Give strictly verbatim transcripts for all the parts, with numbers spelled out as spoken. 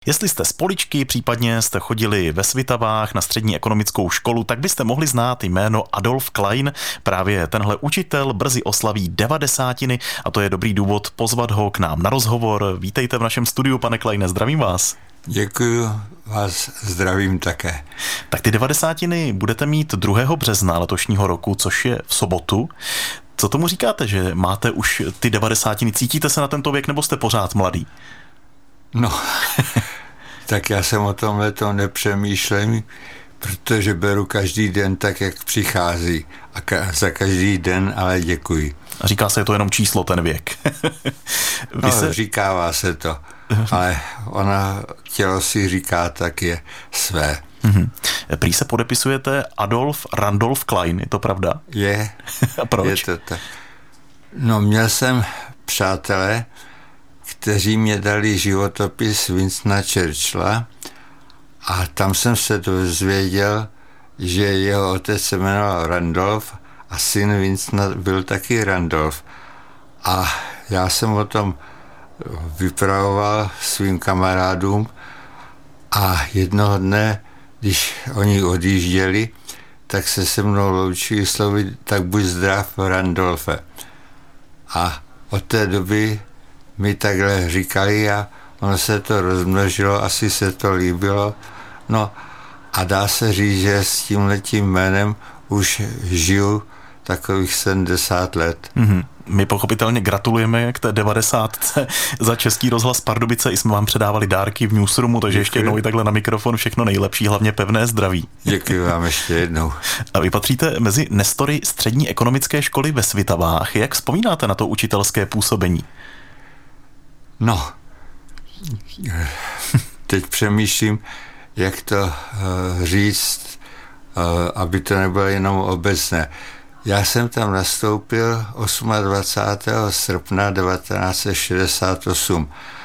Jestli jste z Poličky, případně jste chodili ve Svitavách na střední ekonomickou školu, tak byste mohli znát jméno Adolf Klein. Právě tenhle učitel brzy oslaví devadesátiny a to je dobrý důvod pozvat ho k nám na rozhovor. Vítejte v našem studiu, pane Kleine, zdravím vás. Děkuji, vás zdravím také. Tak ty devadesátiny budete mít druhého března letošního roku, což je v sobotu. Co tomu říkáte, že máte už ty devadesátiny? Cítíte se na tento věk nebo jste pořád mladý? No, tak já jsem o tomhle to nepřemýšlím, protože beru každý den tak, jak přichází. A ka- za každý den ale děkuji. A říká se, je to jenom číslo, ten věk. Vy no, se... říkává se to, ale ona tělo si říká tak je své. Mm-hmm. Prý se podepisujete Adolf Randolf Klein, je to pravda? Je. A proč? Je to tak. No, měl jsem přátelé, kteří mě dali životopis Winstona Churchilla a tam jsem se dozvěděl, že jeho otec se jmenoval Randolph a syn Winstona byl taky Randolph. A já jsem o tom vypravoval svým kamarádům a jednoho dne, když oni odjížděli, tak se se mnou loučili slovy tak buď zdrav, Randolfe. A od té doby mi takhle říkali a ono se to rozmnožilo, asi se to líbilo. No a dá se říct, že s tímhletím jménem už žiju takových sedmdesát let. Mm-hmm. My pochopitelně gratulujeme k té devadesátce za Český rozhlas Pardubice. I jsme vám předávali dárky v newsroomu, takže Děkuji. Ještě jednou i takhle na mikrofon všechno nejlepší, hlavně pevné zdraví. Děkuji vám ještě jednou. A vy patříte mezi nestory střední ekonomické školy ve Svitavách. Jak vzpomínáte na to učitelské působení? No, teď přemýšlím, jak to uh, říct, uh, aby to nebylo jenom obecné. Já jsem tam nastoupil dvacátého osmého srpna devatenáct set šedesát osm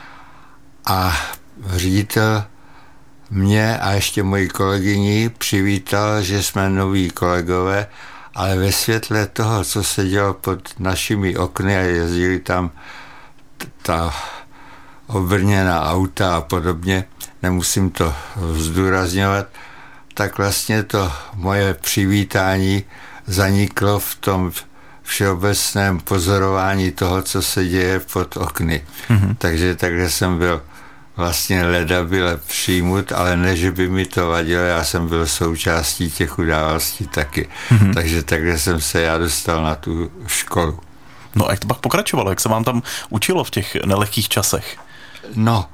a ředitel mě a ještě moji kolegyni přivítal, že jsme noví kolegové, ale ve světle toho, co se dělo pod našimi okny a jezdili tam t- ta obrněná auta a podobně, nemusím to zdůrazňovat, tak vlastně to moje přivítání zaniklo v tom všeobecném pozorování toho, co se děje pod okny. Mm-hmm. Takže takhle jsem byl vlastně ledabyle přijmut, ale ne, že by mi to vadilo, já jsem byl součástí těch událostí taky. Mm-hmm. Takže takhle jsem se já dostal na tu školu. No a jak to pak pokračovalo? Jak se vám tam učilo v těch nelehkých časech? No,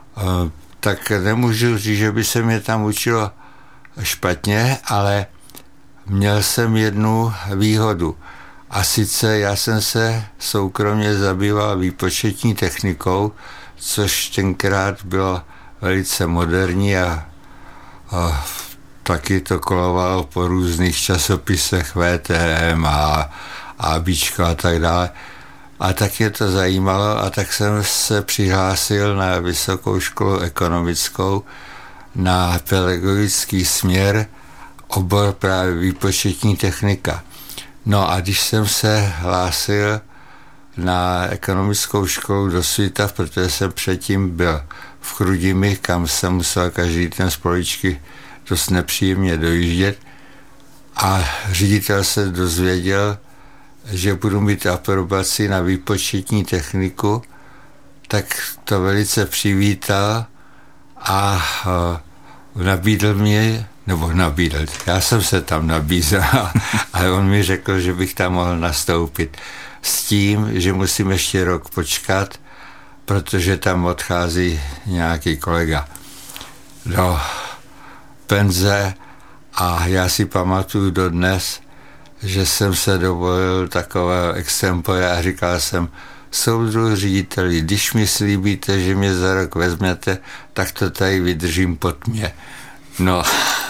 tak nemůžu říct, že by se mě tam učilo špatně, ale měl jsem jednu výhodu. A sice já jsem se soukromně zabýval výpočetní technikou, což tenkrát bylo velice moderní a, a taky to kolovalo po různých časopisech V T M a ABčko a tak dále. A tak mě to zajímalo a tak jsem se přihlásil na Vysokou školu ekonomickou na pedagogický směr, obor právě výpočetní technika. No a když jsem se hlásil na ekonomickou školu do Svitav, protože jsem předtím byl v Chrudimi, kam jsem musel každý den z Poličky dost nepříjemně dojíždět a ředitel se dozvěděl, že budu mít aprobaci na výpočetní techniku, tak to velice přivítal a nabídl mě, nebo nabídl, já jsem se tam nabízel, ale on mi řekl, že bych tam mohl nastoupit s tím, že musím ještě rok počkat, protože tam odchází nějaký kolega do penze a já si pamatuju dodnes, že jsem se dovolil takového extempore a říkal jsem, soudruhu řediteli, když mi slíbíte, že mě za rok vezmete, tak to tady vydržím pod mě. No,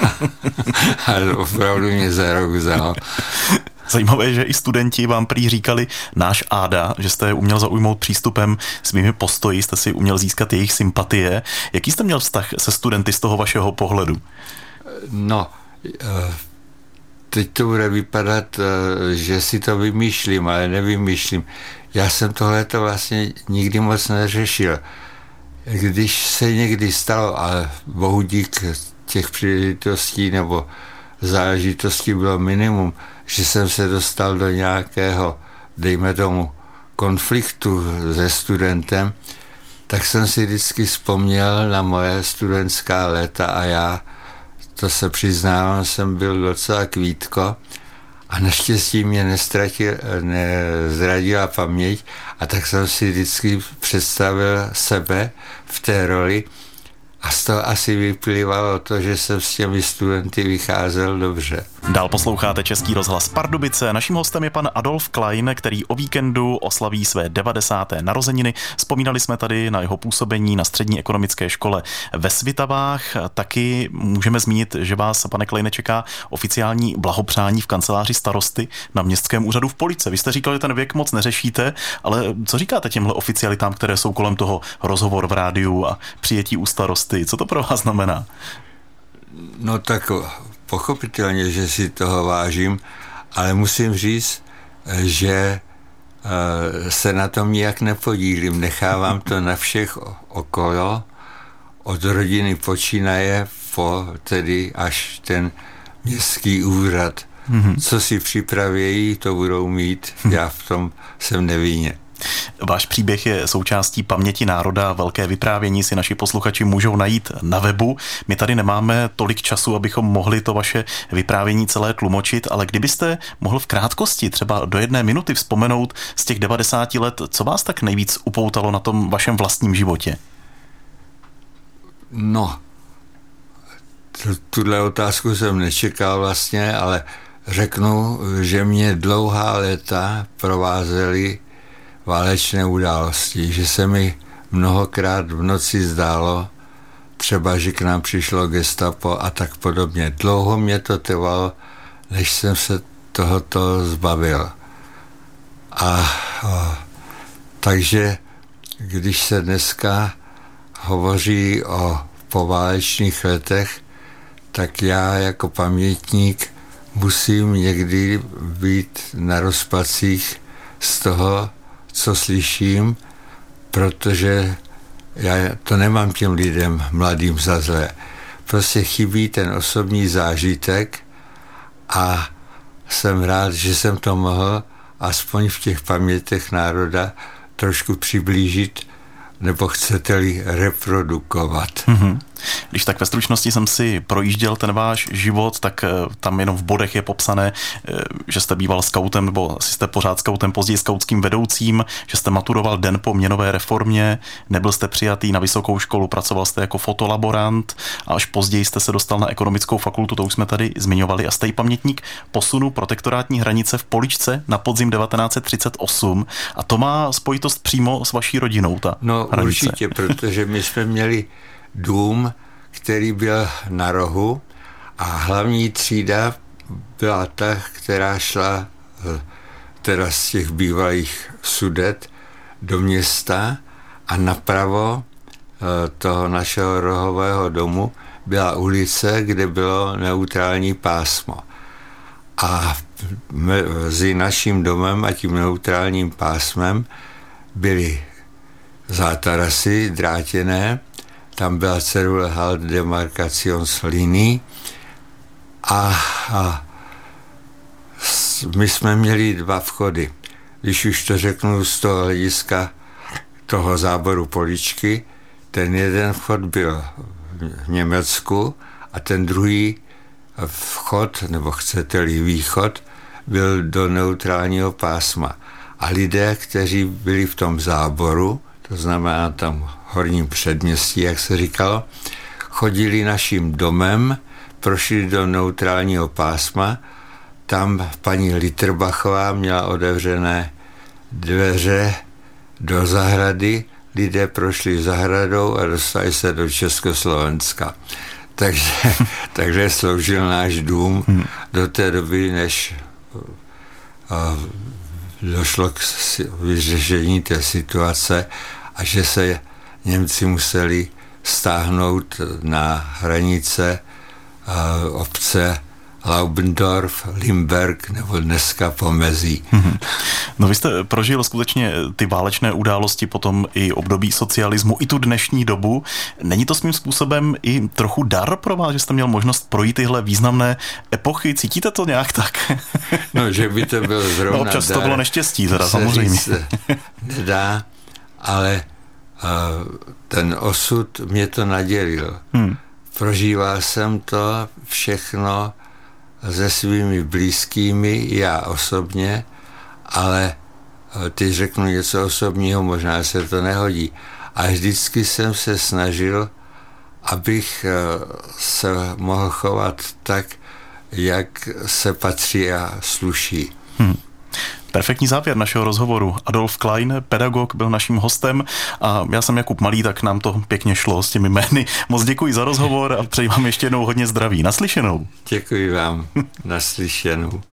ale opravdu mě za rok vzal. Zajímavé, že i studenti vám prý říkali náš Áda, že jste uměl zaujmout přístupem, svými postoji, jste si uměl získat jejich sympatie. Jaký jste měl vztah se studenty z toho vašeho pohledu? No, teď to bude vypadat, že si to vymýšlím, ale nevymýšlím. Já jsem tohleto vlastně nikdy moc neřešil. když se někdy stalo, ale bohu dík těch příležitostí nebo záležitostí bylo minimum, že jsem se dostal do nějakého, dejme tomu, konfliktu se studentem, tak jsem si vždycky vzpomněl na moje studentská léta a já, to se přiznávám, jsem byl docela kvítko a naštěstí mě nestratil, nezradila paměť a tak jsem si vždycky představil sebe v té roli a z toho asi vyplývalo to, že jsem s těmi studenty vycházel dobře. Dál posloucháte Český rozhlas Pardubice. Naším hostem je pan Adolf Klein, který o víkendu oslaví své devadesáté narozeniny. Vzpomínali jsme tady na jeho působení na střední ekonomické škole ve Svitavách. Taky můžeme zmínit, že vás, pane Kleine, čeká oficiální blahopřání v kanceláři starosty na Městském úřadu v Police. Vy jste říkal, že ten věk moc neřešíte, ale co říkáte těmhle oficialitám, které jsou kolem toho, rozhovor v rádiu a přijetí u starosty? Co to pro vás znamená? No tak pochopitelně, že si toho vážím, ale musím říct, že se na tom nijak nepodílím. Nechávám to na všech okolo, od rodiny počínaje po tedy až ten městský úřad. Mm-hmm. Co si připravějí, to budou mít. Já v tom jsem nevinně. Váš příběh je součástí paměti národa, velké vyprávění si naši posluchači můžou najít na webu. My tady nemáme tolik času, abychom mohli to vaše vyprávění celé tlumočit, ale kdybyste mohl v krátkosti, třeba do jedné minuty vzpomenout z těch devadesáti let, co vás tak nejvíc upoutalo na tom vašem vlastním životě? No, tuhle otázku jsem nečekal vlastně, ale řeknu, že mě dlouhá léta provázely válečné události, že se mi mnohokrát v noci zdálo, třeba, že k nám přišlo gestapo a tak podobně. Dlouho mě to trvalo, než jsem se tohoto zbavil. A o, takže, když se dneska hovoří o poválečných letech, tak já jako pamětník musím někdy být na rozpacích z toho, co slyším, protože já to nemám těm lidem mladým za zlé. Prostě chybí ten osobní zážitek a jsem rád, že jsem to mohl aspoň v těch pamětech národa trošku přiblížit, nebo chcete-li reprodukovat. Mm-hmm. Když tak ve stručnosti jsem si projížděl ten váš život, tak tam jenom v bodech je popsané, že jste býval skautem, nebo asi jste pořád skautem, později skautským vedoucím, že jste maturoval den po měnové reformě, nebyl jste přijatý na vysokou školu, pracoval jste jako fotolaborant a až později jste se dostal na ekonomickou fakultu, to už jsme tady zmiňovali, a jste i pamětník posunu protektorátní hranice v Poličce na podzim devatenáct set třicet osm a to má spojitost přímo s vaší rodinou, ta No hranice. Určitě, protože my jsme měli dům, který byl na rohu a hlavní třída byla ta, která šla teda z těch bývalých Sudet do města a napravo toho našeho rohového domu byla ulice, kde bylo neutrální pásmo. A mezi naším domem a tím neutrálním pásmem byly zátarasy drátěné, tam byla cedule halt demarcations liní a, a my jsme měli dva vchody. Když už to řeknu z toho hlediska toho záboru Poličky, ten jeden vchod byl v Německu a ten druhý vchod, nebo chcete-li východ, byl do neutrálního pásma. A lidé, kteří byli v tom záboru, to znamená tam horním předměstí, jak se říkalo, chodili naším domem, prošli do neutrálního pásma, tam paní Litterbachová měla otevřené dveře do zahrady, lidé prošli zahradou a dostali se do Československa. Takže, takže sloužil náš dům hmm. do té doby, než uh, došlo k vyřešení té situace a že se Němci museli stáhnout na hranice uh, obce Laubendorf, Limberg nebo dneska Pomezí. Hmm. No vy jste prožil skutečně ty válečné události, potom i období socialismu, i tu dnešní dobu. Není to svým způsobem i trochu dar pro vás, že jste měl možnost projít tyhle významné epochy? Cítíte to nějak tak? No, že by to bylo zrovna no, občas dar, to bylo neštěstí, teda samozřejmě. Nedá, ale uh, ten osud mě to nadělil. Hmm. Prožíval jsem to všechno se svými blízkými, já osobně, ale teď řeknu něco osobního, možná se to nehodí. A vždycky jsem se snažil, abych se mohl chovat tak, jak se patří a sluší. Hmm. Perfektní závěr našeho rozhovoru. Adolf Klein, pedagog, byl naším hostem a já jsem Jakub Malý, tak nám to pěkně šlo s těmi jmény. Moc děkuji za rozhovor a přeji vám ještě jednou hodně zdraví. Naslyšenou. Děkuji vám. Naslyšenou.